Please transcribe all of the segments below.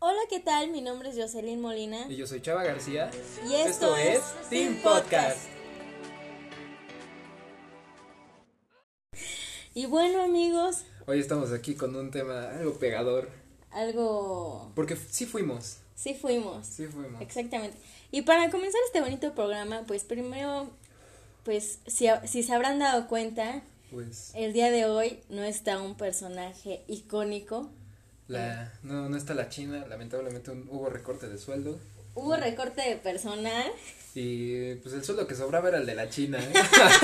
Hola, ¿qué tal? Mi nombre es Jocelyn Molina. Y yo soy Chava García. Y esto es Team Podcast. Y bueno, amigos, Hoy estamos aquí con un tema algo pegador. algo... Porque sí fuimos. Sí fuimos. Exactamente. Y para comenzar este bonito programa, pues primero, pues si se habrán dado cuenta, Pues el día de hoy no está un personaje icónico. no está la China. Lamentablemente hubo recorte de sueldo. Hubo recorte de personal. Y pues el sueldo que sobraba era el de la China, ¿eh?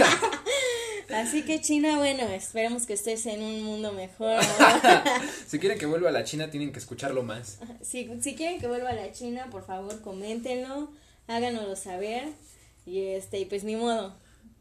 Así que China, bueno, esperemos que estés en un mundo mejor. Si quieren que vuelva a la China tienen que escucharlo más. Si quieren que vuelva a la China, por favor, coméntenlo, háganoslo saber. Y pues ni modo.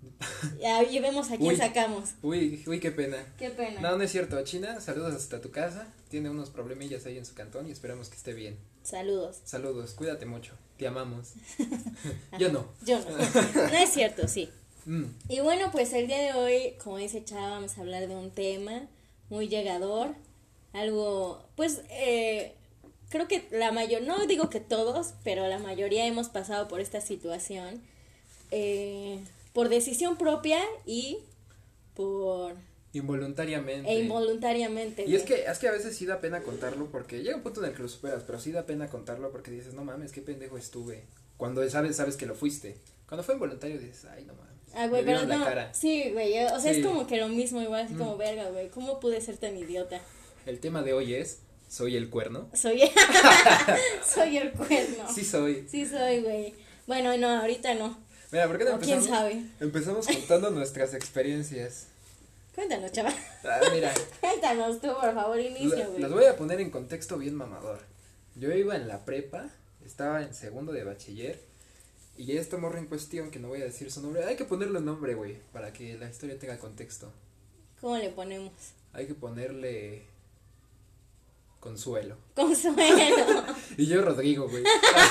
Y vemos a quién sacamos. Uy, qué pena. Qué pena. No es cierto. China, saludos hasta tu casa. Tiene unos problemillas ahí en su cantón y esperamos que esté bien. Saludos, cuídate mucho. Te amamos. Yo no. No es cierto, sí. Mm. Y bueno, pues el día de hoy, como dice Chava, vamos a hablar de un tema muy llegador. Algo, pues, creo que no digo que todos, pero la mayoría hemos pasado por esta situación. Por decisión propia y por... Involuntariamente. Involuntariamente. Y es que a veces sí da pena contarlo porque llega un punto en el que lo superas, pero sí da pena contarlo porque dices, no mames, qué pendejo estuve. Cuando sabes que lo fuiste. Cuando fue involuntario dices, ay, no mames. Güey, pero no. Cara. Sí, güey, o sea, sí. Es como que lo mismo, igual, así como verga, güey. ¿Cómo pude ser tan idiota? El tema de hoy es, ¿soy el cuerno? Soy el cuerno. Sí soy, güey. Bueno, no, ahorita no. Mira, ¿por qué no empezamos? ¿Quién sabe? Empezamos contando nuestras experiencias. Cuéntanos, chaval. Mira. Cuéntanos tú, por favor, inicia, güey. Las voy a poner en contexto bien mamador. Yo iba en la prepa, estaba en segundo de bachiller, y esta morra en cuestión, que no voy a decir su nombre, hay que ponerle nombre, güey, para que la historia tenga contexto. ¿Cómo le ponemos? Hay que ponerle Consuelo. Y yo Rodrigo, güey.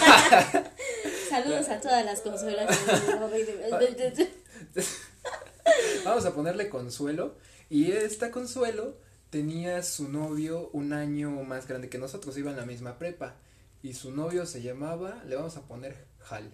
Saludos a todas las Consuelas. Vamos a ponerle Consuelo. Y esta Consuelo tenía su novio un año más grande que nosotros, iba en la misma prepa. Y su novio se llamaba, le vamos a poner Hal.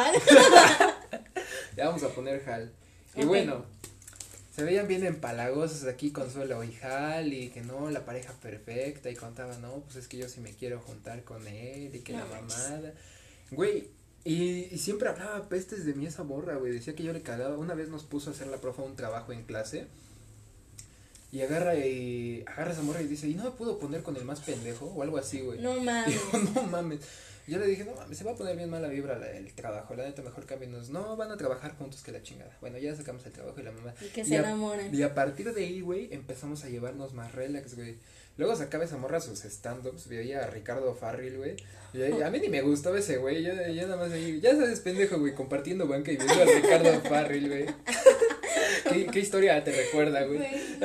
Le vamos a poner Hal. Y bueno, se veían bien empalagosos aquí Consuelo y Hal, y que no, la pareja perfecta, y contaban, no, pues es que yo sí me quiero juntar con él, y que la mamada. Güey, y siempre hablaba pestes de mí esa morra, güey, decía que yo le cagaba. Una vez nos puso a hacer la profe un trabajo en clase, y agarra esa morra y dice, ¿y no me puedo poner con el más pendejo? O algo así, güey. No mames. Y yo, no mames. Yo le dije, no mames, se va a poner bien mala vibra el trabajo, la neta, mejor cámbienos. No, van a trabajar juntos que la chingada. Bueno, ya sacamos el trabajo y la mamá. Y que se enamoran. Y a partir de ahí, güey, empezamos a llevarnos más relax, güey. Luego sacaba esa morra sus stand-ups, veía a Ricardo Farril, güey. Y a mí ni me gustaba ese güey, yo nada más ahí, ya sabes, pendejo, güey, compartiendo banca y viendo a Ricardo Farril, güey. ¿Qué historia te recuerda, güey?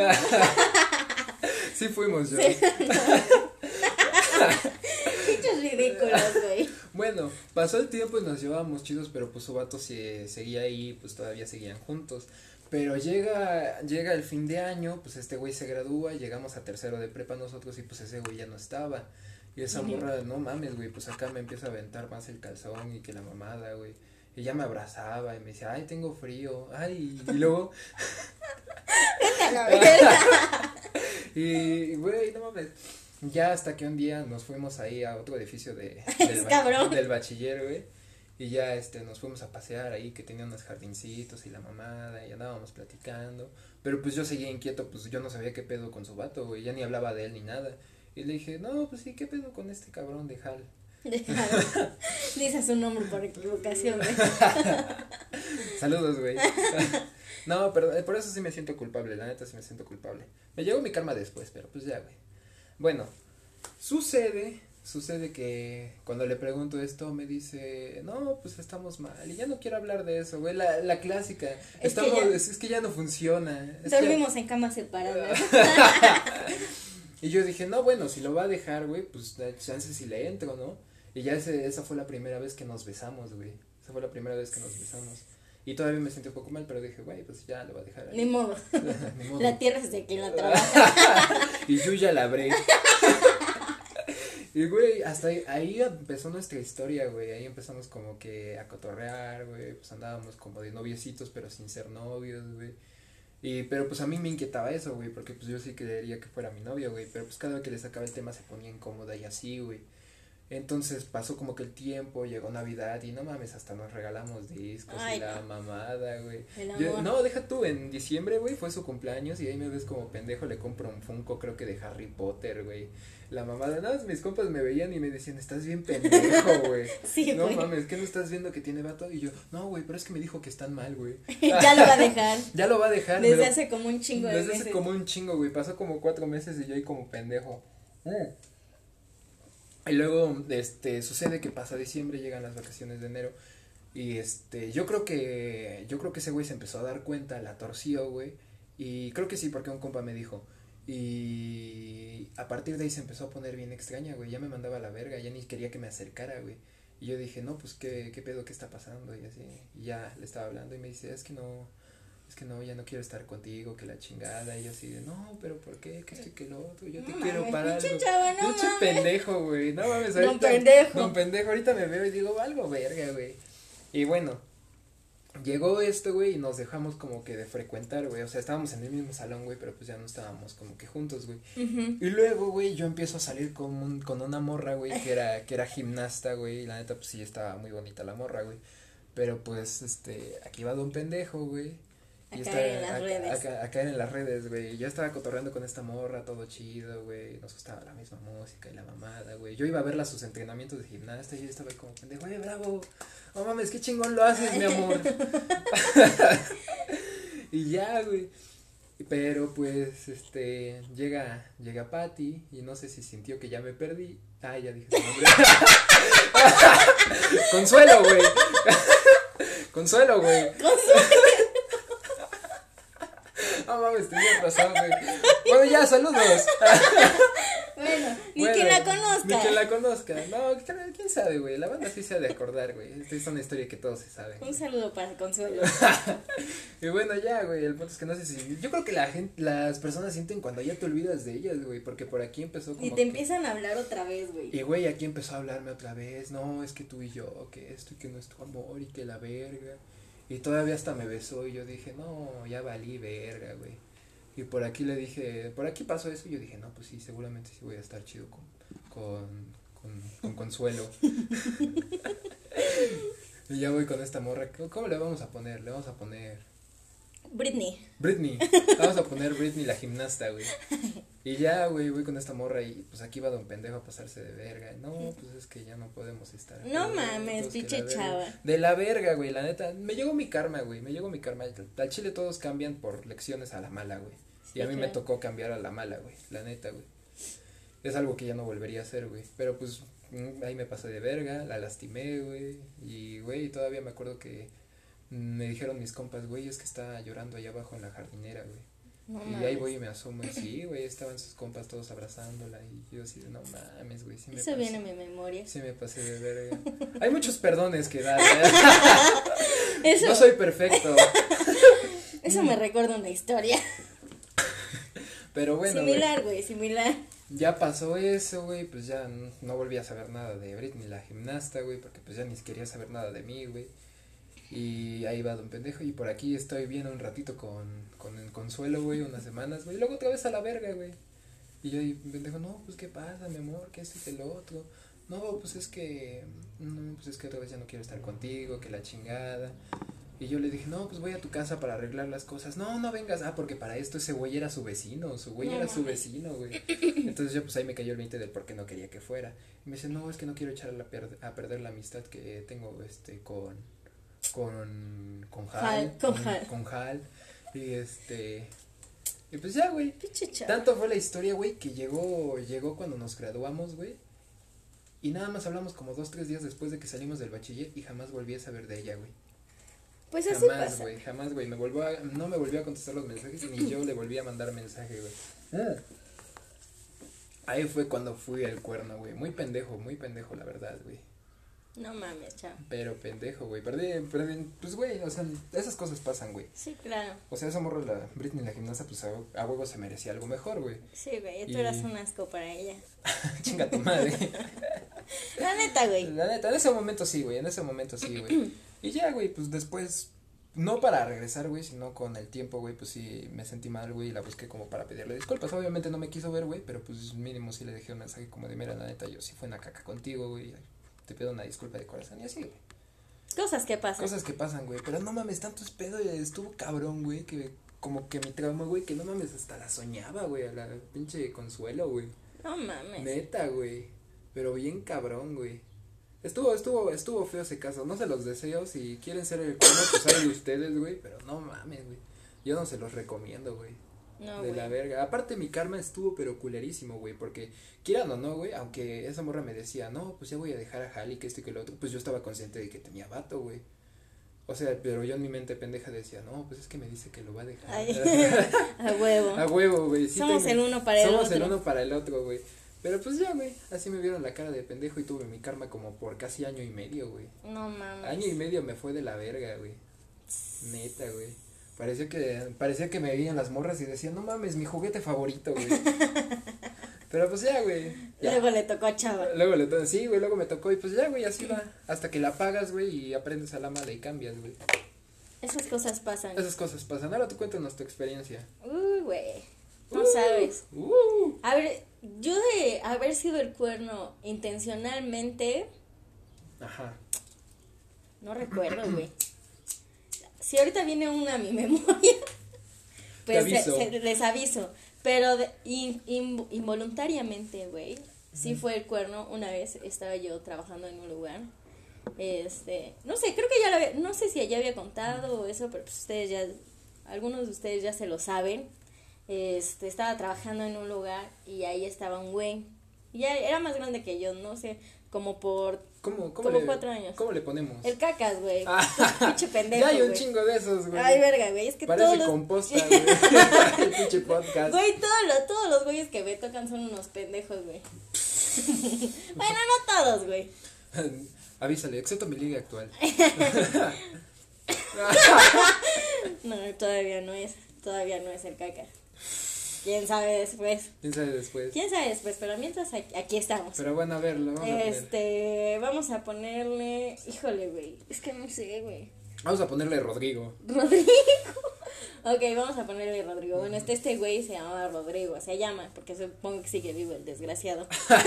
Sí fuimos, yo. Sí, Muchos ridículos, güey. Bueno, pasó el tiempo y nos llevábamos chidos, pero pues su vato seguía ahí, pues todavía seguían juntos. Pero llega el fin de año, pues este güey se gradúa, llegamos a tercero de prepa nosotros y pues ese güey ya no estaba. Y esa morra, no mames, güey, pues acá me empieza a aventar más el calzón y que la mamada, güey. Ella me abrazaba y me decía, ay, tengo frío, ay, y luego. Y, güey, no mames. Ya hasta que un día nos fuimos ahí a otro edificio del bachiller, güey. Y ya nos fuimos a pasear ahí, que tenía unos jardincitos y la mamada, y andábamos platicando. Pero pues yo seguía inquieto, pues yo no sabía qué pedo con su vato, güey, ya ni hablaba de él ni nada. Y le dije, no, pues sí, qué pedo con este cabrón de Hal. Dice su nombre por equivocación, güey. Saludos, güey. No, pero por eso sí me siento culpable, la neta sí me siento culpable. Me llegó mi karma después, pero pues ya, güey. Bueno, sucede que cuando le pregunto esto me dice, no, pues estamos mal, y ya no quiero hablar de eso, güey, la clásica, es que ya no funciona. Dormimos en camas separadas. Y yo dije, no, bueno, si lo va a dejar, güey, pues chance si le entro, ¿no? Y ya esa fue la primera vez que nos besamos, güey, y todavía me sentí un poco mal, pero dije, güey, pues ya lo va a dejar ahí. Ni modo. Ni modo. La tierra es de quien la trabaja. Y yo ya la abré. Y, güey, hasta ahí empezó nuestra historia, güey, ahí empezamos como que a cotorrear, güey, pues andábamos como de noviecitos, pero sin ser novios, güey. Pero pues a mí me inquietaba eso, güey, porque pues yo sí quería que fuera mi novia, güey, pero pues cada vez que le sacaba el tema se ponía incómoda y así, güey. Entonces pasó como que el tiempo, llegó Navidad y no mames, hasta nos regalamos discos. Ay, y la mamada, güey. No, deja tú, en diciembre, güey, fue su cumpleaños y ahí me ves como pendejo, le compro un Funko, creo que de Harry Potter, güey. La mamada, nada, mis compas me veían y me decían, estás bien pendejo, güey. Sí, no, mames, ¿qué no estás viendo que tiene vato? Y yo, no, güey, pero es que me dijo que están mal, güey. Ya lo va a dejar. Ya lo va a dejar. Desde hace como un chingo de meses. Desde hace como un chingo, güey, pasó como 4 meses y yo ahí como pendejo. Y luego, sucede que pasa diciembre, llegan las vacaciones de enero y yo creo que ese güey se empezó a dar cuenta, la torció, güey, y creo que sí, porque un compa me dijo, y a partir de ahí se empezó a poner bien extraña, güey, ya me mandaba a la verga, ya ni quería que me acercara, güey, y yo dije, no, pues, ¿qué pedo, qué está pasando? Y así, y ya le estaba hablando y me dice, es que no, ya no quiero estar contigo, que la chingada, y yo así de, no, pero ¿por qué? Que esto y que lo otro, yo te quiero para algo. Pinche pendejo, güey, no mames, ahorita. Don pendejo, ahorita me veo y digo, algo verga, güey. Y bueno, llegó güey, y nos dejamos como que de frecuentar, güey, o sea, estábamos en el mismo salón, güey, pero pues ya no estábamos como que juntos, güey. Y luego, güey, yo empiezo a salir con una morra, güey, que era gimnasta, güey, y la neta, pues sí, estaba muy bonita la morra, güey. Pero pues, aquí va don pendejo, güey. A caer en las redes. A caer en las redes, güey. Yo estaba cotorreando con esta morra, todo chido, güey. Nos gustaba la misma música y la mamada, güey. Yo iba a verla a sus entrenamientos de gimnasta y yo estaba ahí como pendejo, güey, bravo. Oh mames, qué chingón lo haces, mi amor. Y ya, güey. Pero pues, llega Patty y no sé si sintió que ya me perdí. Ah, ya dije su nombre. Consuelo, güey. Consuelo, güey. No mames, tenías razón, güey. Bueno, ya, saludos. Bueno, ni quien la conozca. Ni quien la conozca. No, quién sabe, güey. La banda sí se ha de acordar, güey. Esta es una historia que todos se saben. Un saludo para Consuelo. Y bueno, ya, güey. El punto es que no sé si. Yo creo que las personas sienten cuando ya te olvidas de ellas, güey. Porque por aquí empezó como. Y te empiezan a hablar otra vez, güey. Y, güey, aquí empezó a hablarme otra vez. No, es que tú y yo, que esto y que nuestro amor y que la verga. Y todavía hasta me besó y yo dije, no, ya valí verga, güey. Y por aquí le dije, por aquí pasó eso y yo dije, no, pues sí, seguramente sí voy a estar chido con Consuelo. Y ya voy con esta morra, ¿cómo le vamos a poner? Le vamos a poner Britney. Vamos a poner Britney la gimnasta, güey. Y ya, güey, voy con esta morra y pues aquí va don pendejo a pasarse de verga. No, pues es que ya no podemos estar. No mames, pinche chava. De la verga, güey, la neta. Me llegó mi karma, güey, Al chile todos cambian por lecciones a la mala, güey. Sí, y a mí me tocó cambiar a la mala, güey, la neta, güey. Es algo que ya no volvería a hacer, güey. Pero pues ahí me pasé de verga, la lastimé, güey. Y, güey, todavía me acuerdo que me dijeron mis compas, güey, es que está llorando allá abajo en la jardinera, güey. No y mames. Ahí voy y me asomo y sí, güey, estaban sus compas todos abrazándola y yo así de no mames, güey. Sí me eso viene a mi memoria. Sí me pasé de verga. Hay muchos perdones que dar. Eso. No soy perfecto. Eso me recuerda una historia. Pero bueno, similar, güey, similar. Ya pasó eso, güey, pues ya no volví a saber nada de Britney, la gimnasta, güey, porque pues ya ni quería saber nada de mí, güey. Y ahí va don pendejo y por aquí estoy bien un ratito con el Consuelo, güey, unas semanas, güey, y luego otra vez a la verga, güey. Y yo y pendejo, no, pues qué pasa, mi amor, que esto y que lo otro. No, pues es que otra vez ya no quiero estar contigo, que la chingada. Y yo le dije, no, pues voy a tu casa para arreglar las cosas. No, no vengas. Ah, porque para esto ese güey era su vecino. Güey. Entonces yo pues ahí me cayó el 20 del por qué no quería que fuera. Y me dice, no, es que no quiero echar a perder la amistad que tengo con Hal. Con Hal. Y pues ya, güey. Tanto fue la historia, güey, que llegó cuando nos graduamos, güey. Y nada más hablamos como 2-3 días después de que salimos del bachiller y jamás volví a saber de ella, güey. Pues así pasa. Jamás, güey, no me volvió a contestar los mensajes ni yo le volví a mandar mensaje, güey. Ahí fue cuando fui al cuerno, güey, muy pendejo, la verdad, güey. No mames, chao. Pero pendejo, güey. Pues, güey, o sea, esas cosas pasan, güey. Sí, claro. O sea, esa morra, la Britney, la gimnasta, pues a huevo se merecía algo mejor, güey. Sí, güey, tú eras un asco para ella. Chinga tu madre. La neta, güey. La neta, en ese momento sí, güey, Y ya, güey, pues después, no para regresar, güey, sino con el tiempo, güey, pues sí, me sentí mal, güey, y la busqué como para pedirle disculpas. Obviamente no me quiso ver, güey, pero pues mínimo sí le dejé un mensaje como de, mira, la neta, yo sí fue una caca contigo, güey, te pido una disculpa de corazón y así, güey. Cosas que pasan, güey, pero no mames, tanto es pedo, estuvo cabrón, güey, que como que mi trauma, güey, que no mames, hasta la soñaba, güey, a la pinche Consuelo, güey. No mames. Neta, güey, pero bien cabrón, güey. Estuvo feo ese caso, no se los deseo, si quieren ser el cuerno, pues hay de ustedes, güey, pero no mames, güey, yo no se los recomiendo, güey. No, de güey. la verga. Aparte mi karma estuvo pero culerísimo, güey, porque quieran o no, güey, aunque esa morra me decía, no, pues ya voy a dejar a Jali, que esto y que lo otro, pues yo estaba consciente de que tenía vato, güey. O sea, pero yo en mi mente pendeja decía, no, pues es que me dice que lo va a dejar. Ay, a huevo. A huevo, güey. Sí, Somos el uno para el otro. Somos el uno para el otro, güey. Pero pues ya, güey, así me vieron la cara de pendejo y tuve mi karma como por casi año y medio, güey. No mames. Año y medio me fue de la verga, güey. Neta, güey. Parecía que me veían las morras y decían, no mames, mi juguete favorito, güey. Pero pues ya, güey. Luego le tocó a Chava. Sí, güey, luego me tocó y pues ya, güey, así va. Hasta que la pagas, güey, y aprendes a la mala y cambias, güey. Esas cosas pasan. Ahora tú cuéntanos tu experiencia. Güey. No sabes. A ver, yo de haber sido el cuerno intencionalmente. Ajá. No recuerdo, güey. Si ahorita viene una a mi memoria, pues les aviso. Pero involuntariamente, güey, sí fue el cuerno. Una vez estaba yo trabajando en un lugar. No sé, creo que no sé si ya había contado o eso, pero pues algunos de ustedes ya se lo saben. Estaba trabajando en un lugar y ahí estaba un güey. Y ya era más grande que yo, no sé, como por como 4 años. ¿Cómo le ponemos? El cacas, güey. Pinche pendejo. Ya hay un güey. Chingo de esos, güey. Ay, verga, güey. Es que parece composta, güey. El pinche podcast. Güey, todos los güeyes que me tocan son unos pendejos, güey. Bueno, no todos, güey. Avísale, excepto mi liga actual. No, todavía no es el caca. ¿Quién sabe después? Pero mientras aquí estamos. Pero bueno, a ver, lo vamos a poner. Vamos a ponerle, híjole, güey, es que no sé, güey. Vamos a ponerle Rodrigo. Ok, vamos a ponerle Rodrigo. Bueno, este güey se llamaba Rodrigo, se llama, porque supongo que sigue vivo el desgraciado.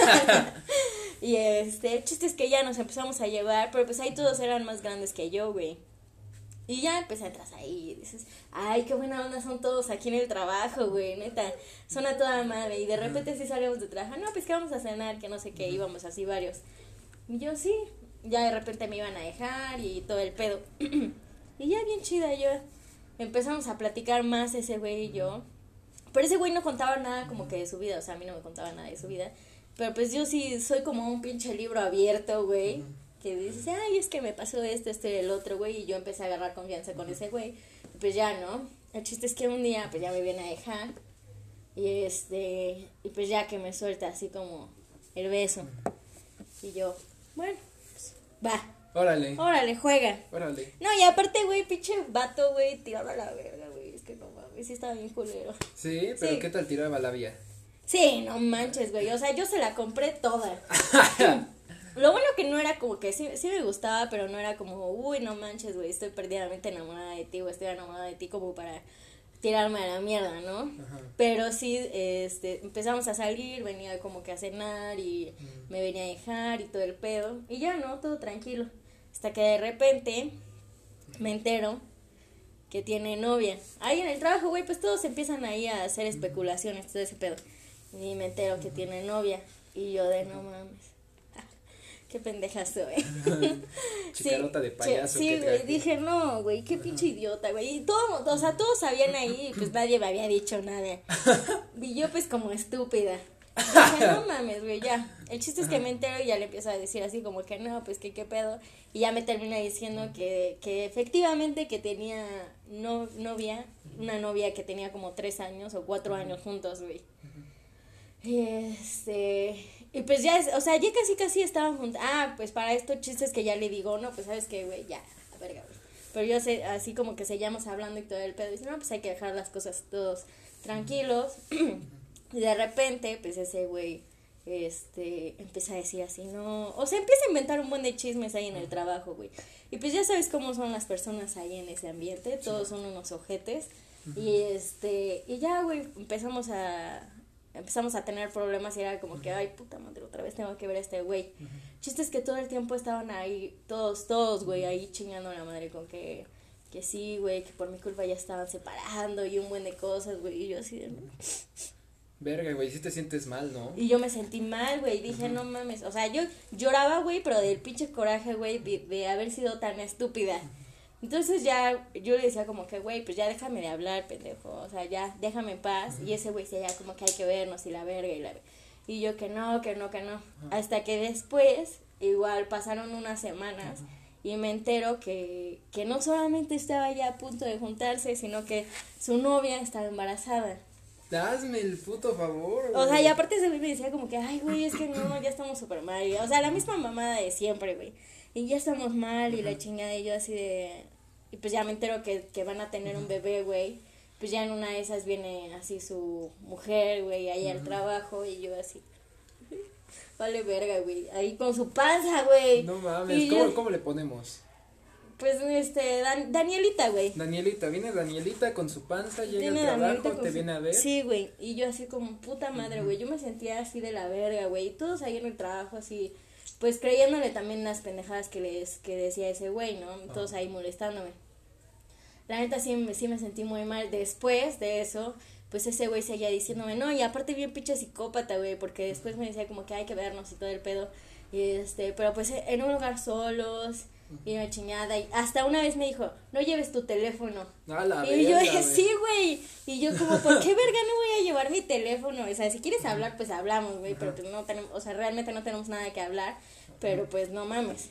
Y el chiste es que ya nos empezamos a llevar, pero pues ahí todos eran más grandes que yo, güey. Y ya pues entras ahí y dices, ay, qué buena onda son todos aquí en el trabajo, güey, neta, son a toda madre. Y de repente sí salimos de trabajar, no, pues que vamos a cenar, que no sé qué, íbamos así varios. Y yo sí, ya de repente me iban a dejar y todo el pedo. Y ya bien chida yo, empezamos a platicar más ese güey y yo. Pero ese güey no contaba nada como que de su vida, o sea, a mí no me contaba nada de su vida. Pero pues yo sí soy como un pinche libro abierto, güey. Que dices, ay, es que me pasó esto y el otro, güey, y yo empecé a agarrar confianza con ese güey, y pues ya, ¿no? El chiste es que un día, pues ya me viene a dejar, y y pues ya que me suelta así como el beso, y yo, bueno, pues, va. Órale, juega. No, y aparte, güey, pinche vato, güey, tiraba a la verga, güey, es que no mames, sí estaba bien culero. Sí, pero sí. ¿Qué tal tiraba la vía? Sí, no manches, güey, o sea, yo se la compré toda. Lo bueno que no era como que sí me gustaba, pero no era como, uy, no manches, güey, estoy perdidamente enamorada de ti, o estoy enamorada de ti como para tirarme a la mierda, ¿no? Ajá. Pero sí, empezamos a salir, venía como que a cenar y me venía a dejar y todo el pedo, y ya, ¿no? Todo tranquilo. Hasta que de repente me entero que tiene novia. Ahí en el trabajo, güey, pues todos empiezan ahí a hacer especulaciones, todo ese pedo. Y me entero que tiene novia, y yo de no mames. Qué pendeja soy. Chicarota de payaso. Sí, güey, dije, no, güey, qué pinche idiota, güey. Y todos sabían ahí, pues nadie me había dicho nada. Y yo, pues, como estúpida. Dije, no mames, güey, ya. El chiste es que me entero y ya le empiezo a decir así como que no, pues que qué pedo. Y ya me termina diciendo que efectivamente que tenía novia, una novia que tenía como 3 años o 4 años juntos, güey. Y Y pues ya o sea, ya casi estaban juntos. Pues para estos chistes que ya le digo, no, pues sabes que, güey, ya, a verga, güey. Pero yo sé, así como que seguíamos hablando y todo el pedo, y dice, no, pues hay que dejar las cosas todos tranquilos. Y de repente, pues ese güey, empieza a decir así, no, o sea, empieza a inventar un buen de chismes ahí en el trabajo, güey. Y pues ya sabes cómo son las personas ahí en ese ambiente, todos son unos ojetes. Y y ya, güey, empezamos a tener problemas y era como que, ay, puta madre, otra vez tengo que ver a este güey. Chistes que todo el tiempo estaban ahí, todos, güey, ahí chingando a la madre con que sí, güey, que por mi culpa ya estaban separando y un buen de cosas, güey, y yo así de... Verga, güey, sí te sientes mal, ¿no? Y yo me sentí mal, güey, dije, no mames, o sea, yo lloraba, güey, pero del pinche coraje, güey, de haber sido tan estúpida. Entonces ya, yo le decía como que, güey, pues ya déjame de hablar, pendejo, o sea, ya, déjame en paz. Y ese güey decía, ya, como que hay que vernos y la verga. Y yo que no. Hasta que después, igual, pasaron unas semanas y me entero que no solamente estaba ya a punto de juntarse, sino que su novia estaba embarazada. Hazme el puto favor, güey. O sea, y aparte ese güey me decía como que, ay, güey, es que no, ya estamos súper mal. O sea, la misma mamada de siempre, güey. Y ya estamos mal y la chingada, y yo así de... Y pues ya me entero que van a tener un bebé, güey. Pues ya en una de esas viene así su mujer, güey, ahí al trabajo, y yo así... Vale verga, güey, ahí con su panza, güey. No mames, ¿cómo le ponemos? Pues, Danielita, güey. Viene Danielita con su panza, llega al trabajo, te viene a ver. Sí, güey, y yo así como, puta madre, güey, yo me sentía así de la verga, güey, y todos ahí en el trabajo así, pues creyéndole también las pendejadas que decía ese güey, ¿no? Todos ahí molestándome. La neta sí me sentí muy mal. Después de eso, pues ese güey seguía diciéndome, no, y aparte bien pinche psicópata, güey, porque después me decía como que hay que vernos y todo el pedo. Y pero pues en un lugar solos, y una chingada, y hasta una vez me dijo, no lleves tu teléfono. Y yo dije, sí, güey, y yo como, ¿por qué verga no voy a llevar mi teléfono? O sea, si quieres hablar, pues hablamos, güey, pero pues no tenemos, o sea, realmente no tenemos nada que hablar, pero pues no mames.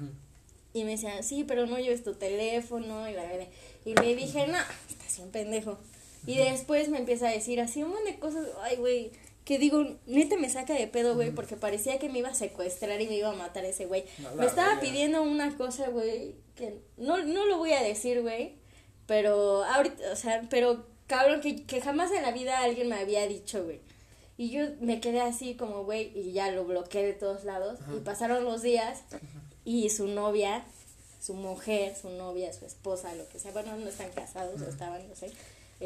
Y me decían, sí, pero no lleves tu teléfono, y le dije, no, estás un pendejo. Y después me empieza a decir así un montón de cosas, ay, güey, que digo, neta me saca de pedo, güey, porque parecía que me iba a secuestrar y me iba a matar ese güey. Me estaba pidiendo una cosa, güey, que no lo voy a decir, güey, pero ahorita, o sea, pero cabrón, que jamás en la vida alguien me había dicho, güey. Y yo me quedé así como, güey, y ya lo bloqueé de todos lados. Y pasaron los días y su novia, su mujer, su novia, su esposa, lo que sea, bueno, no están casados, o estaban, no sé,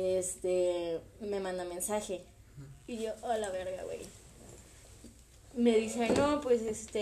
me manda mensaje. Y yo, oh, la verga, güey. Me dice, no, pues,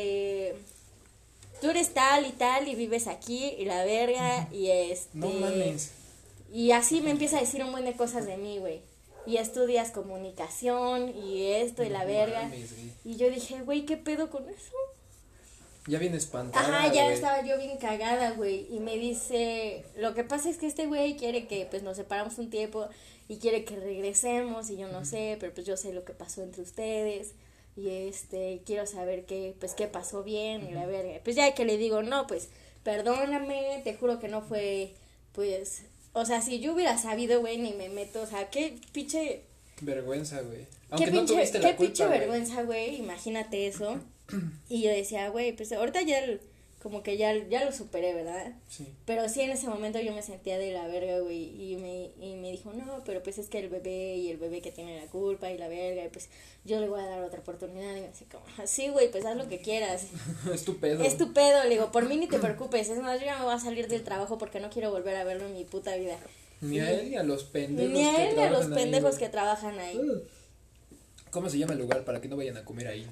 tú eres tal y vives aquí, y la verga, y No mames. Y así me empieza a decir un buen de cosas de mí, güey. Y estudias comunicación, y esto, y la verga. Mames, y yo dije, güey, ¿qué pedo con eso? Ya bien espantada. Ajá, ya estaba yo bien cagada, güey. Y me dice, lo que pasa es que este güey quiere que pues nos separamos un tiempo y quiere que regresemos, y yo no sé, pero pues yo sé lo que pasó entre ustedes, y quiero saber qué pasó bien, y la verga. Pues ya que le digo, no, pues perdóname, te juro que no fue, pues, o sea, si yo hubiera sabido, güey, ni me meto, o sea, qué pinche vergüenza, güey. Aunque no tuviste la culpa, qué pinche vergüenza, güey, imagínate eso. Y yo decía, güey, pues ahorita ya como que ya lo superé, ¿verdad? Sí. Pero sí, en ese momento yo me sentía de la verga, güey, y me dijo, no, pero pues es que el bebé que tiene la culpa y la verga, y pues yo le voy a dar otra oportunidad. Y me decía como, sí, güey, pues haz lo que quieras. Es tu pedo. Es tu pedo, le digo, por mí ni te preocupes, es más, yo ya me voy a salir del trabajo porque no quiero volver a verlo en mi puta vida. Ni a él ni a los pendejos ni a él ni a los pendejos que trabajan ahí. ¿Cómo se llama el lugar para que no vayan a comer ahí?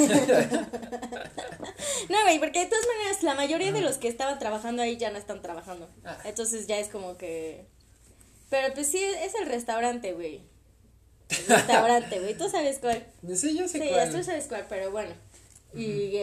No, güey, porque de todas maneras la mayoría de los que estaban trabajando ahí ya no están trabajando. Entonces ya es como que... Pero pues sí, es el restaurante, güey. El restaurante, güey. ¿Tú sabes cuál? Sí, yo sé cuál. Sí, tú sabes cuál, pero bueno. Y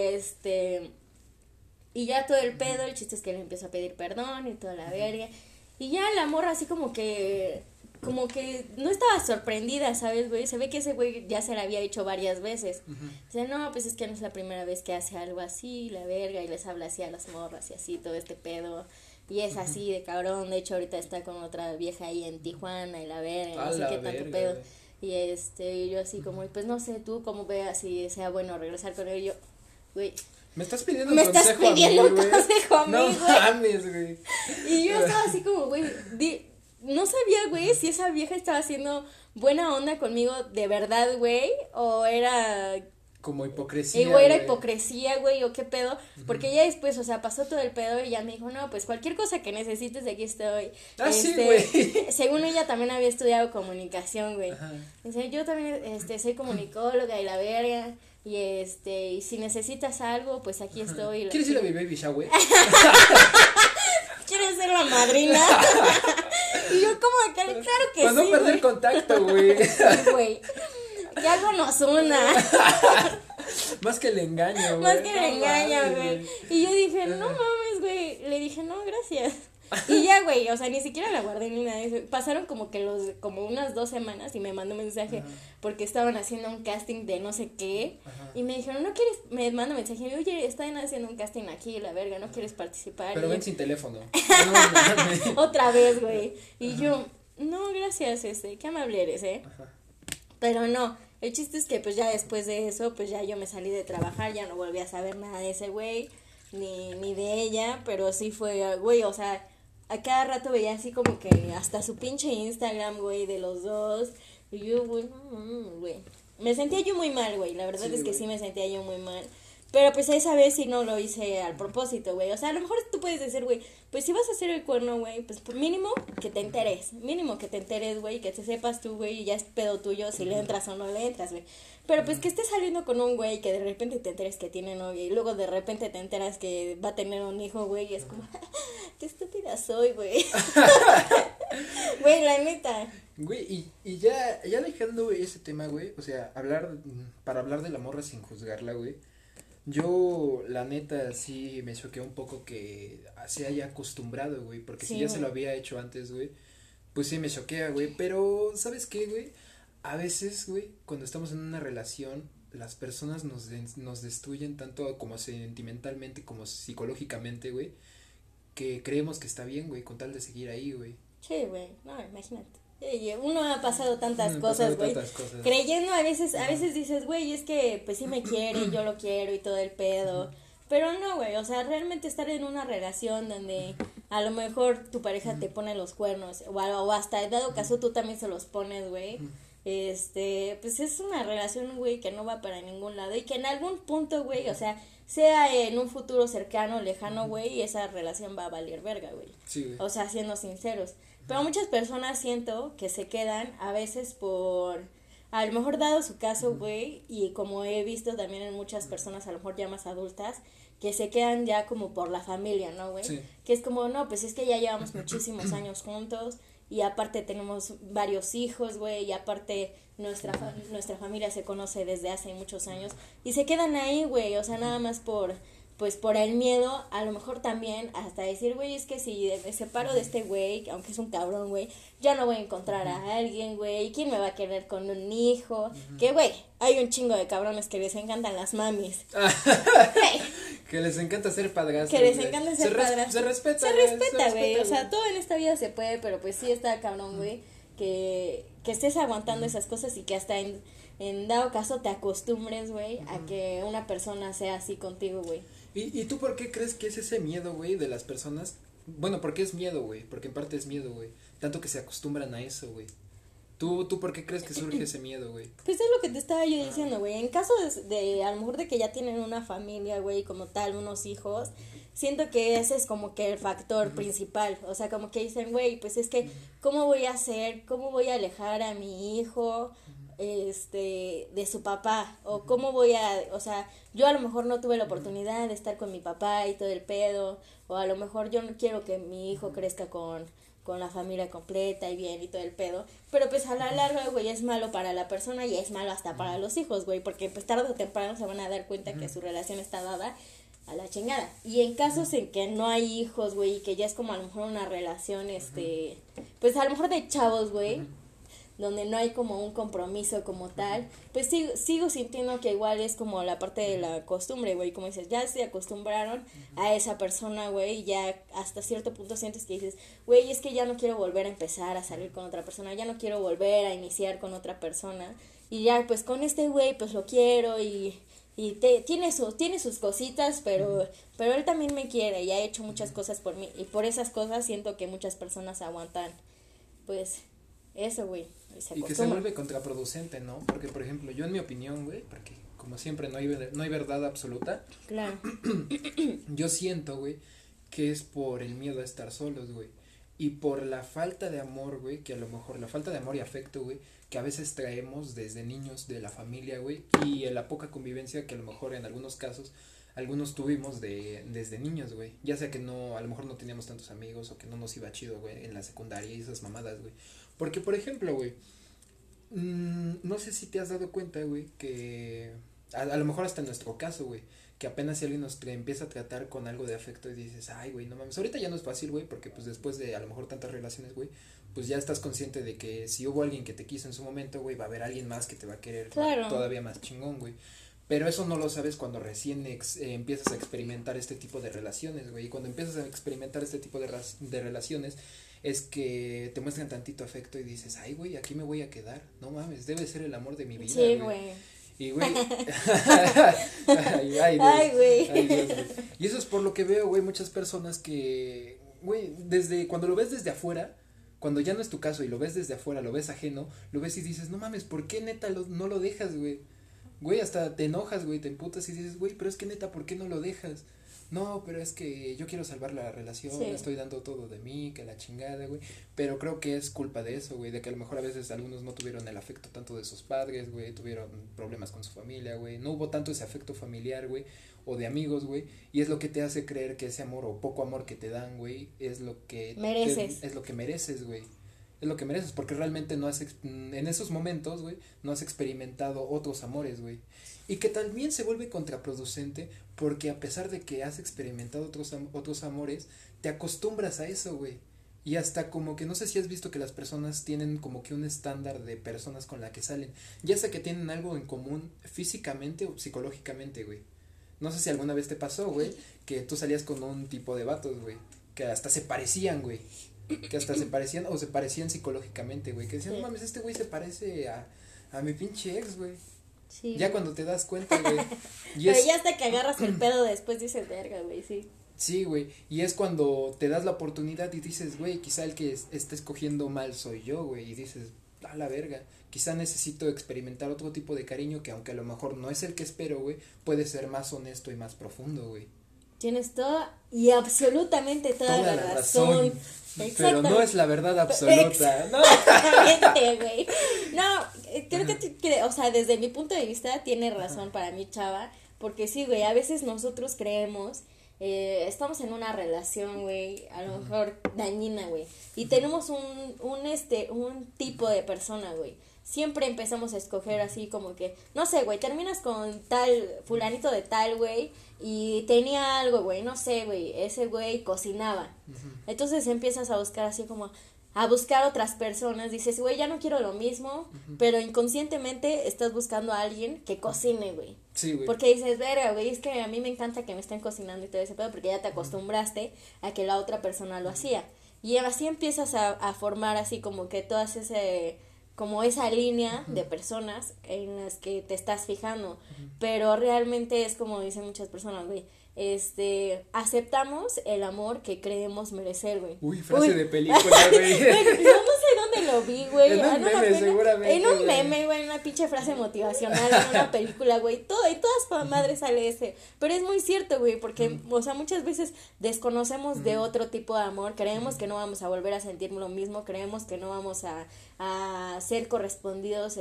y ya todo el pedo, el chiste es que le empiezo a pedir perdón y toda la verga. Y ya la morra así como que no estaba sorprendida, ¿sabes, güey? Se ve que ese güey ya se la había hecho varias veces. Dice, no, pues es que no es la primera vez que hace algo así, la verga, y les habla así a las morras y así, todo este pedo. Y es así de cabrón, de hecho ahorita está con otra vieja ahí en Tijuana y la verga, no sé qué tanto pedo. y yo así como, pues no sé, tú cómo veas si sea bueno regresar con él, y yo, güey. Me estás pidiendo un consejo a mí, güey. No mames, güey. Y yo estaba así como, güey, no sabía, güey, si esa vieja estaba haciendo buena onda conmigo de verdad, güey, o era... Como hipocresía, o era hipocresía, güey, o qué pedo, porque ya después, o sea, pasó todo el pedo y ya me dijo, no, pues cualquier cosa que necesites, aquí estoy. Sí, güey. Según ella también había estudiado comunicación, güey. Dice, yo también, soy comunicóloga y la verga, y si necesitas algo, pues aquí estoy. ¿Quieres ir a mi baby shower? ¿Quieres ser la madrina? Y yo como, claro que sí, para no perder contacto, güey. Sí, güey. Que algo nos una. Más que el engaño, güey. Más que el engaño, güey. Y yo dije, no mames, güey. Le dije, no, gracias. Y ya, güey, o sea, ni siquiera la guardé ni nada de eso. Pasaron como como unas 2 semanas y me mandó un mensaje porque estaban haciendo un casting de no sé qué. Y me dijeron, ¿no quieres? Me mandó un mensaje, oye, están haciendo un casting aquí, la verga, ¿no quieres participar? Pero ven sin teléfono. Otra vez, güey. Y yo, no, gracias, qué amable eres, Pero no, el chiste es que pues ya después de eso, pues ya yo me salí de trabajar, ya no volví a saber nada de ese güey, ni de ella, pero sí fue, güey, o sea, a cada rato veía así como que hasta su pinche Instagram, güey, de los dos, y yo, güey, güey, me sentía yo muy mal, güey, la verdad es que güey. Sí me sentía yo muy mal. Pero pues esa vez sí no lo hice al propósito, güey. O sea, a lo mejor tú puedes decir, güey, pues si vas a hacer el cuerno, güey, pues mínimo que te enteres. Mínimo que te enteres, güey, que te sepas tú, güey, y ya es pedo tuyo si le entras o no le entras, güey. Pero pues que estés saliendo con un güey que de repente te enteres que tiene novia y luego de repente te enteras que va a tener un hijo, güey, y es como, qué estúpida soy, güey. Güey, la neta. Güey, y ya dejando ese tema, güey, o sea, para hablar de la morra sin juzgarla, güey. Yo, la neta, sí me choqué un poco que se haya acostumbrado, güey, porque sí, si ya se lo había hecho antes, güey, pues sí me choquea, güey, pero, ¿sabes qué, güey? A veces, güey, cuando estamos en una relación, las personas nos destruyen tanto como sentimentalmente como psicológicamente, güey, que creemos que está bien, güey, con tal de seguir ahí, güey. Sí, güey, no, imagínate. Uno ha pasado tantas cosas, güey, creyendo a veces dices, güey, es que pues sí me quiere, yo lo quiero y todo el pedo, pero no, güey, o sea, realmente estar en una relación donde a lo mejor tu pareja te pone los cuernos, o hasta dado caso tú también se los pones, güey, pues es una relación, güey, que no va para ningún lado y que en algún punto, güey, o sea, sea en un futuro cercano, lejano, güey, esa relación va a valer verga, güey. Sí, güey. O sea, siendo sinceros. Pero muchas personas siento que se quedan a veces por, a lo mejor dado su caso, güey, y como he visto también en muchas personas a lo mejor ya más adultas, que se quedan ya como por la familia, ¿no, güey? Sí. Que es como, no, pues es que ya llevamos muchísimos años juntos y aparte tenemos varios hijos, güey, y aparte nuestra familia se conoce desde hace muchos años y se quedan ahí, güey, o sea, nada más por el miedo, a lo mejor también hasta decir, güey, es que si me separo de este güey, aunque es un cabrón, güey, ya no voy a encontrar a alguien, güey, ¿quién me va a querer con un hijo? Que, güey, hay un chingo de cabrones que les encantan las mamis. Que les encanta ser padrastros. Que les encanta ser padrastros. Se respeta, güey, o sea, todo en esta vida se puede, pero pues sí está cabrón, güey, que estés aguantando esas cosas y que hasta en dado caso te acostumbres, güey, a que una persona sea así contigo, güey. ¿Y tú por qué crees que es ese miedo, güey, de las personas? Bueno, ¿por qué es miedo, güey? Porque en parte es miedo, güey. Tanto que se acostumbran a eso, güey. ¿Tú por qué crees que surge ese miedo, güey? Pues es lo que te estaba yo diciendo, güey. En caso de a lo mejor de que ya tienen una familia, güey, como tal, unos hijos, siento que ese es como que el factor principal. O sea, como que dicen, güey, pues es que, ¿cómo voy a hacer? ¿Cómo voy a alejar a mi hijo? De su papá, o cómo voy a, o sea, yo a lo mejor no tuve la oportunidad de estar con mi papá y todo el pedo, o a lo mejor yo no quiero que mi hijo crezca con la familia completa y bien y todo el pedo, pero pues a la larga, güey, es malo para la persona y es malo hasta para los hijos, güey, porque pues tarde o temprano se van a dar cuenta que su relación está dada a la chingada, y en casos en que no hay hijos, güey, y que ya es como a lo mejor una relación, pues a lo mejor de chavos, güey, donde no hay como un compromiso como tal, pues sigo sintiendo que igual es como la parte de la costumbre, güey, como dices, ya se acostumbraron a esa persona, güey, y ya hasta cierto punto sientes que dices, güey, es que ya no quiero volver a empezar a salir con otra persona, ya no quiero volver a iniciar con otra persona, y ya pues con este güey pues lo quiero y tiene sus cositas, pero él también me quiere y ha hecho muchas cosas por mí, y por esas cosas siento que muchas personas aguantan, pues, eso, güey, y que se vuelve contraproducente, ¿no? Porque, por ejemplo, yo en mi opinión, güey, porque como siempre no hay verdad absoluta. Claro. Yo siento, güey, que es por el miedo a estar solos, güey, y por la falta de amor, güey, que a lo mejor, la falta de amor y afecto, güey, que a veces traemos desde niños de la familia, güey, y en la poca convivencia que a lo mejor en algunos casos algunos tuvimos desde niños, güey, ya sea que no, a lo mejor no teníamos tantos amigos o que no nos iba chido, güey, en la secundaria y esas mamadas, güey, porque por ejemplo, güey, no sé si te has dado cuenta, güey, que a lo mejor hasta en nuestro caso, güey, que apenas si alguien nos empieza a tratar con algo de afecto y dices, ay, güey, no mames, ahorita ya no es fácil, güey, porque pues después de a lo mejor tantas relaciones, güey, pues ya estás consciente de que si hubo alguien que te quiso en su momento, güey, va a haber alguien más que te va a querer, claro, todavía más chingón, güey. Pero eso no lo sabes cuando recién empiezas a experimentar este tipo de relaciones, güey. Y cuando empiezas a experimentar este tipo de relaciones, es que te muestran tantito afecto y dices, ay, güey, aquí me voy a quedar. No mames, debe ser el amor de mi vida. Sí, güey. Y, güey. Ay, güey. Y eso es por lo que veo, güey, muchas personas que, güey, desde cuando lo ves desde afuera, cuando ya no es tu caso y lo ves desde afuera, lo ves ajeno, lo ves y dices, no mames, ¿por qué neta no lo dejas, güey? Güey, hasta te enojas, güey, te emputas y dices, güey, pero es que neta, ¿por qué no lo dejas? No, pero es que yo quiero salvar la relación, sí, estoy dando todo de mí, que la chingada, güey, pero creo que es culpa de eso, güey, de que a lo mejor a veces algunos no tuvieron el afecto tanto de sus padres, güey, tuvieron problemas con su familia, güey, no hubo tanto ese afecto familiar, güey, o de amigos, güey, y es lo que te hace creer que ese amor o poco amor que te dan, güey, es lo que mereces, es lo que mereces, güey. Es lo que mereces, porque realmente no has, en esos momentos, güey, no has experimentado otros amores, güey. Y que también se vuelve contraproducente, porque a pesar de que has experimentado otros amores, te acostumbras a eso, güey. Y hasta como que no sé si has visto que las personas tienen como que un estándar de personas con la que salen, ya sea que tienen algo en común físicamente o psicológicamente, güey. No sé si alguna vez te pasó, güey, que tú salías con un tipo de vatos, güey, que hasta se parecían, güey. Que hasta se parecían o se parecían psicológicamente, güey, que decían, no mames, este güey se parece a mi pinche ex, güey. Sí, ya cuando te das cuenta, güey. Pero ya hasta que agarras el pedo después dices, verga, güey, sí. Sí, güey, y es cuando te das la oportunidad y dices, güey, quizá el que está escogiendo mal soy yo, güey, y dices, a la verga, quizá necesito experimentar otro tipo de cariño que aunque a lo mejor no es el que espero, güey, puede ser más honesto y más profundo, güey. Tienes toda y absolutamente toda la razón. Pero no es la verdad absoluta. No. Exactamente, güey. No, creo que, o sea, desde mi punto de vista tiene razón para mí, chava, porque sí, güey, a veces nosotros creemos, estamos en una relación, güey, a lo mejor dañina, güey, y tenemos un tipo de persona, güey. Siempre empezamos a escoger así como que, no sé, güey, terminas con tal, fulanito de tal, güey, y tenía algo, güey, no sé, güey, ese güey cocinaba. Entonces empiezas a buscar así como, a buscar otras personas, dices, güey, ya no quiero lo mismo, pero inconscientemente estás buscando a alguien que cocine, güey. Sí, güey. Porque dices, verga, güey, es que a mí me encanta que me estén cocinando y todo ese pedo, porque ya te acostumbraste a que la otra persona lo hacía. Y así empiezas a formar así como que todas como esa línea de personas en las que te estás fijando, pero realmente es como dicen muchas personas, güey, aceptamos el amor que creemos merecer, güey. Uy, frase de película, güey. Yo no sé dónde lo vi, güey. En un meme, seguramente. En un meme, güey, una pinche frase motivacional, en una película, güey, y todas madres sale ese, pero es muy cierto, güey, porque, o sea, muchas veces desconocemos de otro tipo de amor, creemos que no vamos a volver a sentir lo mismo, creemos que no vamos a ser correspondidos,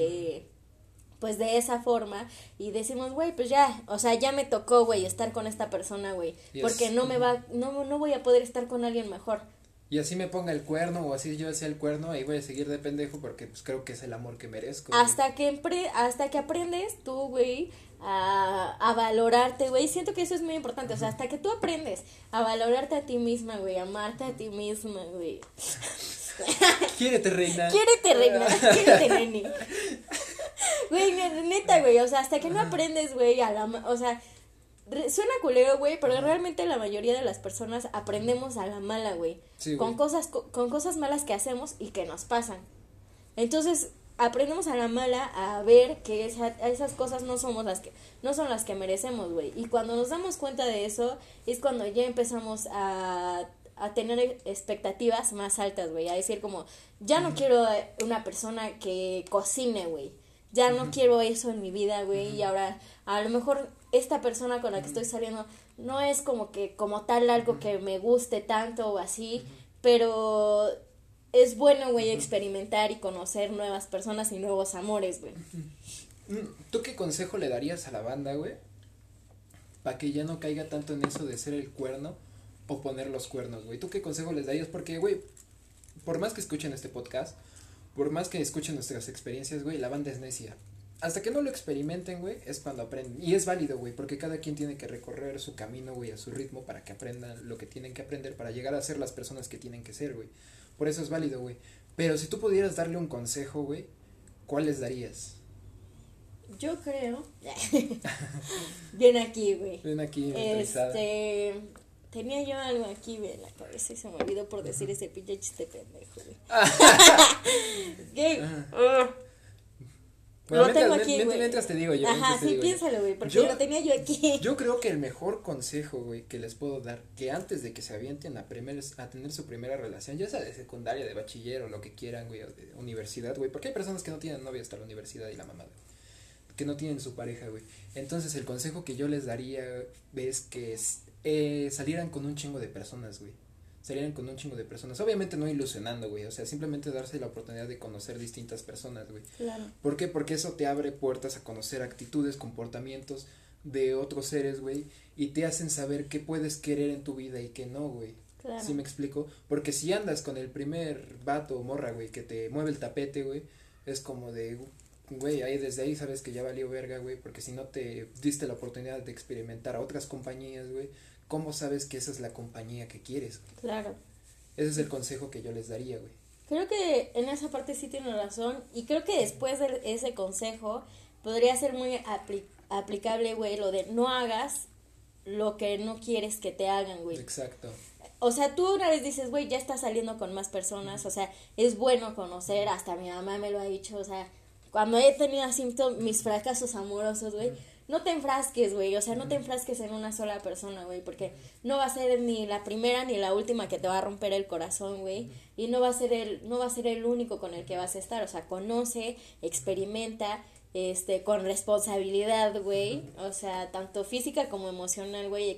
pues de esa forma, y decimos, güey, pues ya, o sea, ya me tocó, güey, estar con esta persona, güey, porque no voy a poder estar con alguien mejor. Y así me ponga el cuerno, o así yo hacía el cuerno, ahí voy a seguir de pendejo, porque pues creo que es el amor que merezco. Hasta que aprendes tú, güey, a valorarte, güey, siento que eso es muy importante, o sea, hasta que tú aprendes a valorarte a ti misma, güey, amarte a ti misma, güey. Quiérete, reina. Quiérete, reina. Quiérete, neni. Güey, neta, güey, o sea, hasta que no aprendes, güey, o sea, suena culero, güey, pero realmente la mayoría de las personas aprendemos a la mala, güey. Sí, con cosas malas que hacemos y que nos pasan. Entonces, aprendemos a la mala a ver que esas cosas no son las que merecemos, güey. Y cuando nos damos cuenta de eso, es cuando ya empezamos a tener expectativas más altas, güey, a decir como, ya no quiero una persona que cocine, güey, ya no quiero eso en mi vida, güey, y ahora a lo mejor esta persona con la que estoy saliendo no es como que como tal algo que me guste tanto o así, pero es bueno, güey, experimentar y conocer nuevas personas y nuevos amores, güey. ¿Tú qué consejo le darías a la banda, güey? Para que ya no caiga tanto en eso de ser el cuerno o poner los cuernos, güey. ¿Tú qué consejo les darías? Porque, güey, por más que escuchen este podcast, por más que escuchen nuestras experiencias, güey, la banda es necia. Hasta que no lo experimenten, güey, es cuando aprenden. Y es válido, güey, porque cada quien tiene que recorrer su camino, güey, a su ritmo para que aprendan lo que tienen que aprender para llegar a ser las personas que tienen que ser, güey. Por eso es válido, güey. Pero si tú pudieras darle un consejo, güey, ¿cuál les darías? Yo creo. Bien aquí, güey. Ven aquí, tenía yo algo aquí, güey, en la cabeza y se me olvidó por decir ese pinche chiste pendejo, güey. ¿Qué? Bueno, lo tengo aquí, güey. Mientras te digo yo. Ajá, sí, piénsalo, güey, porque lo tenía yo aquí. Yo creo que el mejor consejo, güey, que les puedo dar, que antes de que se avienten a tener su primera relación, ya sea de secundaria, de bachiller o lo que quieran, güey, o de universidad, güey, porque hay personas que no tienen novia hasta la universidad y la mamada, que no tienen su pareja, güey. Entonces el consejo que yo les daría es que salieran con un chingo de personas, güey. Salieran con un chingo de personas. Obviamente no ilusionando, güey. O sea, simplemente darse la oportunidad de conocer distintas personas, güey. Claro. ¿Por qué? Porque eso te abre puertas a conocer actitudes, comportamientos de otros seres, güey. Y te hacen saber qué puedes querer en tu vida y qué no, güey. Claro. ¿Sí me explico? Porque si andas con el primer vato o morra, güey, que te mueve el tapete, güey, es como de, güey, ahí desde ahí sabes que ya valió verga, güey, porque si no te diste la oportunidad de experimentar a otras compañías, güey, ¿cómo sabes que esa es la compañía que quieres? Claro. Ese es el consejo que yo les daría, güey. Creo que en esa parte sí tiene razón y creo que después de ese consejo podría ser muy aplicable, güey, lo de no hagas lo que no quieres que te hagan, güey. Exacto. O sea, tú una vez dices, güey, ya estás saliendo con más personas, o sea, es bueno conocer, hasta mi mamá me lo ha dicho, o sea, cuando he tenido así mis fracasos amorosos, güey, no te enfrasques, güey, o sea, no te enfrasques en una sola persona, güey, porque no va a ser ni la primera ni la última que te va a romper el corazón, güey, y no va a ser el único con el que vas a estar, o sea, conoce, experimenta, con responsabilidad, güey, o sea, tanto física como emocional, güey,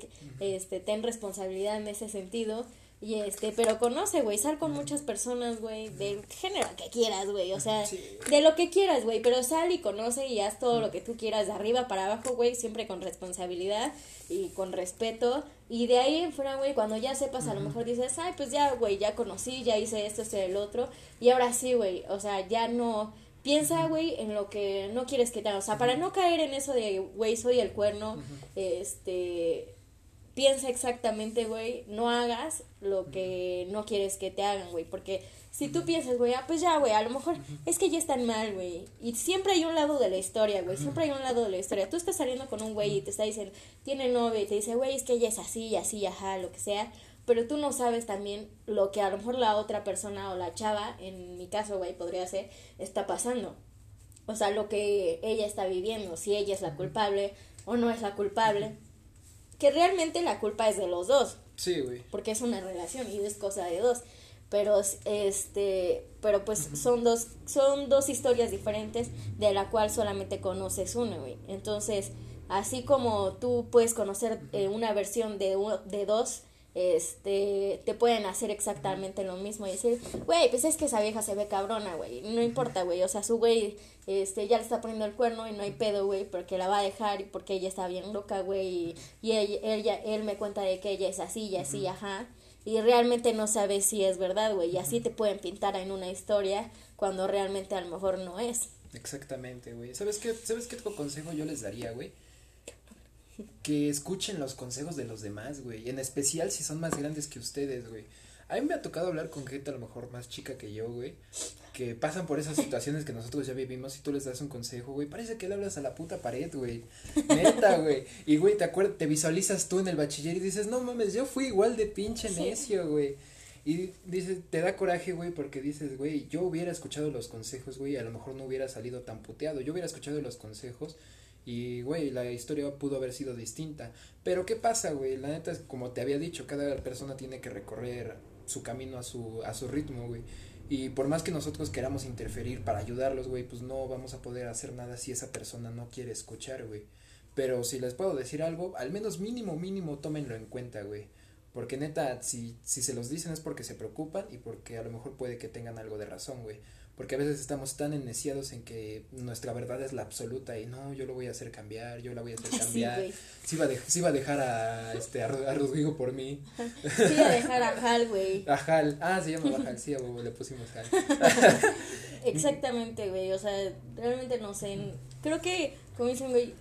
ten responsabilidad en ese sentido. Y pero conoce, güey, sal con muchas personas, güey, del género que quieras, güey, o sea, sí, de lo que quieras, güey, pero sal y conoce y haz todo lo que tú quieras, de arriba para abajo, güey, siempre con responsabilidad y con respeto, y de ahí en fuera, güey, cuando ya sepas, a lo mejor dices, ay, pues ya, güey, ya conocí, ya hice esto, el otro, y ahora sí, güey, o sea, ya no, piensa, güey, en lo que no quieres que te hagan, o sea, para no caer en eso de, güey, soy el cuerno, piensa exactamente, güey, no hagas lo que no quieres que te hagan, güey, porque si tú piensas, güey, pues ya, güey, a lo mejor es que ya están mal, güey, y siempre hay un lado de la historia, güey, siempre hay un lado de la historia, tú estás saliendo con un güey y te está diciendo, tiene novia y te dice, güey, es que ella es así, así, ajá, lo que sea, pero tú no sabes también lo que a lo mejor la otra persona o la chava, en mi caso, güey, podría ser, está pasando, o sea, lo que ella está viviendo, si ella es la culpable o no es la culpable, que realmente la culpa es de los dos. Sí, güey. Porque es una relación y es cosa de dos. Pero pero pues son dos historias diferentes de la cual solamente conoces una, güey. Entonces, así como tú puedes conocer una versión de dos, te pueden hacer exactamente lo mismo y decir, güey, pues es que esa vieja se ve cabrona, güey, no importa, güey, o sea, su güey, ya le está poniendo el cuerno y no hay pedo, güey, porque la va a dejar y porque ella está bien loca, güey, y él me cuenta de que ella es así y así, ajá, y realmente no sabes si es verdad, güey, y así te pueden pintar en una historia cuando realmente a lo mejor no es. Exactamente, güey. ¿Sabes qué otro consejo yo les daría, güey? Que escuchen los consejos de los demás, güey, en especial si son más grandes que ustedes, güey. A mí me ha tocado hablar con gente a lo mejor más chica que yo, güey, que pasan por esas situaciones que nosotros ya vivimos y tú les das un consejo, güey, parece que le hablas a la puta pared, güey, neta, güey, y güey, te visualizas tú en el bachiller y dices, no mames, yo fui igual de pinche necio, güey, y dices, te da coraje, güey, porque dices, güey, yo hubiera escuchado los consejos, güey, a lo mejor no hubiera salido tan puteado, yo hubiera escuchado los consejos y, güey, la historia pudo haber sido distinta, pero ¿qué pasa, güey? La neta es como te había dicho, cada persona tiene que recorrer su camino a su ritmo, güey. Y por más que nosotros queramos interferir para ayudarlos, güey, pues no vamos a poder hacer nada si esa persona no quiere escuchar, güey. Pero si les puedo decir algo, al menos mínimo, tómenlo en cuenta, güey. Porque neta, si se los dicen es porque se preocupan y porque a lo mejor puede que tengan algo de razón, güey. Porque a veces estamos tan eneciados en que nuestra verdad es la absoluta y no, yo lo voy a hacer cambiar, yo la voy a hacer cambiar. Sí, iba a dejar a Rodrigo por mí. Sí iba a dejar a Hal, güey. A Hal, se llama Hal, sí, le pusimos Hal. Exactamente, güey, o sea, realmente no sé, creo que, como dicen, güey,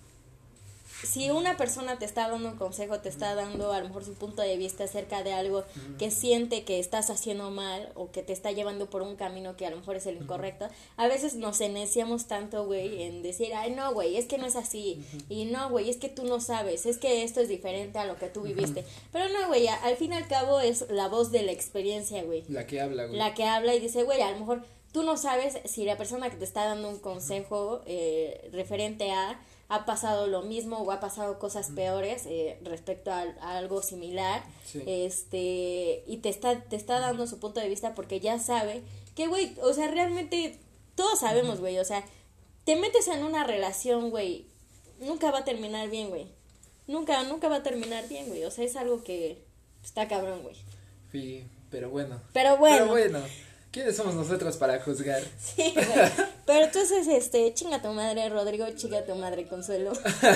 si una persona te está dando un consejo, te está dando a lo mejor su punto de vista acerca de algo que siente que estás haciendo mal o que te está llevando por un camino que a lo mejor es el incorrecto, a veces nos eneciamos tanto, güey, en decir, ay, no, güey, es que no es así, y no, güey, es que tú no sabes, es que esto es diferente a lo que tú viviste, pero no, güey, al fin y al cabo es la voz de la experiencia, güey. La que habla, güey. La que habla y dice, güey, a lo mejor tú no sabes si la persona que te está dando un consejo referente a ha pasado lo mismo o ha pasado cosas peores respecto a algo similar, sí. Y te está dando su punto de vista porque ya sabe que, güey, o sea, realmente todos sabemos, güey, o sea, te metes en una relación, güey, nunca va a terminar bien, güey, nunca va a terminar bien, güey, o sea, es algo que está cabrón, güey. Sí, pero bueno. ¿Quiénes somos nosotros para juzgar? Sí, güey. Pero entonces, chinga tu madre, Rodrigo, chinga tu madre, Consuelo.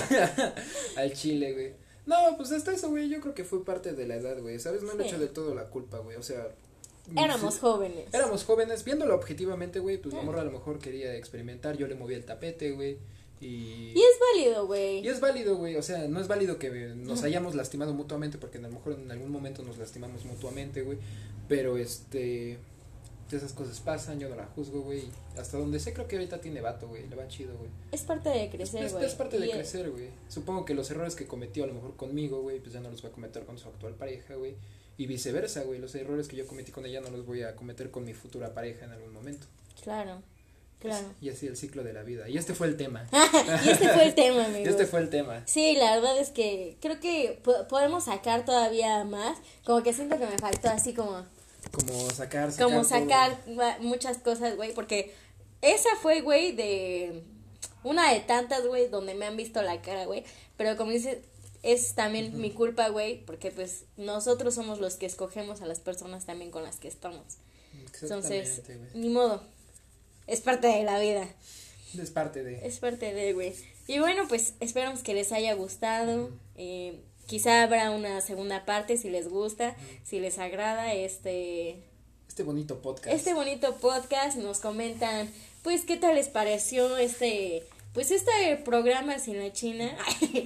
Al chile, güey. No, pues hasta eso, güey, yo creo que fue parte de la edad, güey, ¿sabes? No le echo del todo la culpa, güey, o sea. Éramos jóvenes. Viéndolo objetivamente, güey, pues la morra a lo mejor quería experimentar, yo le moví el tapete, güey. Y es válido, güey. Y es válido, güey, o sea, no es válido que nos hayamos lastimado mutuamente, porque a lo mejor en algún momento nos lastimamos mutuamente, güey, pero esas cosas pasan, yo no la juzgo, güey, hasta donde sé creo que ahorita tiene vato, güey, le va chido, güey. Es parte de crecer, güey. Es parte de crecer, güey. Supongo que los errores que cometió a lo mejor conmigo, güey, pues ya no los va a cometer con su actual pareja, güey, y viceversa, güey, los errores que yo cometí con ella no los voy a cometer con mi futura pareja en algún momento. Claro. Y así el ciclo de la vida. Y este fue el tema. Amigos. Sí, la verdad es que creo que podemos sacar todavía más. Como que siento que me faltó así como sacar muchas cosas, güey. Porque esa fue, güey, de una de tantas, güey, donde me han visto la cara, güey. Pero como dices, es también mi culpa, güey. Porque pues nosotros somos los que escogemos a las personas también con las que estamos. Entonces, ni modo. Es parte de la vida. Es parte de, güey. Y bueno, pues esperamos que les haya gustado. Quizá habrá una segunda parte si les gusta, si les agrada este bonito podcast. Nos comentan, pues, qué tal les pareció este programa sin la China.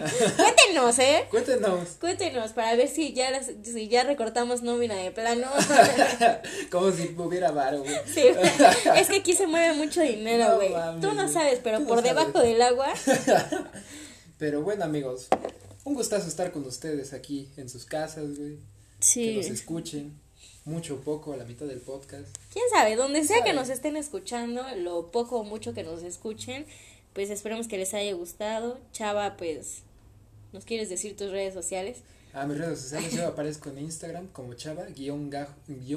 Cuéntenos para ver si ya recortamos nómina de plano. Como si hubiera varo, güey. Sí, es que aquí se mueve mucho dinero, güey. Tú no sabes, pero por debajo del agua. Pero bueno, amigos, un gustazo estar con ustedes aquí en sus casas, güey. Sí. Que nos escuchen. Mucho o poco, a la mitad del podcast. ¿Quién sabe? Donde sea que nos estén escuchando, lo poco o mucho que nos escuchen, pues esperemos que les haya gustado. Chava, pues, ¿nos quieres decir tus redes sociales? Mis redes sociales, yo aparezco en Instagram como Chava-Garf.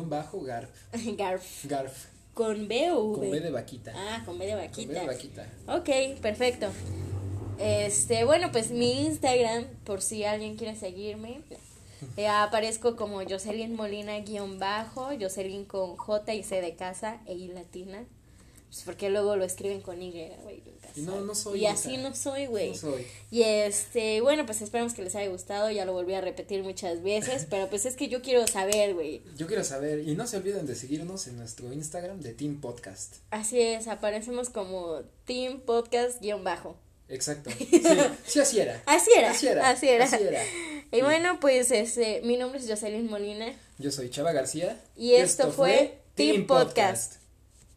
Garf. ¿Con B o V? Con B de vaquita. Con B de vaquita. Con B de vaquita. Ok, perfecto. Bueno, pues mi Instagram, por si alguien quiere seguirme, aparezco como Jocelyn Molina _, Jocelyn con J y C de casa e I latina. Pues porque luego lo escriben con Y, güey. No soy. Y así no soy, güey. No soy. Y bueno, pues esperamos que les haya gustado. Ya lo volví a repetir muchas veces. Pero pues es que yo quiero saber, güey. Yo quiero saber. Y no se olviden de seguirnos en nuestro Instagram de Team Podcast. Así es, aparecemos como Team Podcast _. Exacto. Sí, así era. Así era. Y bueno, pues mi nombre es Jocelyn Molina. Yo soy Chava García. Y esto fue Team Podcast.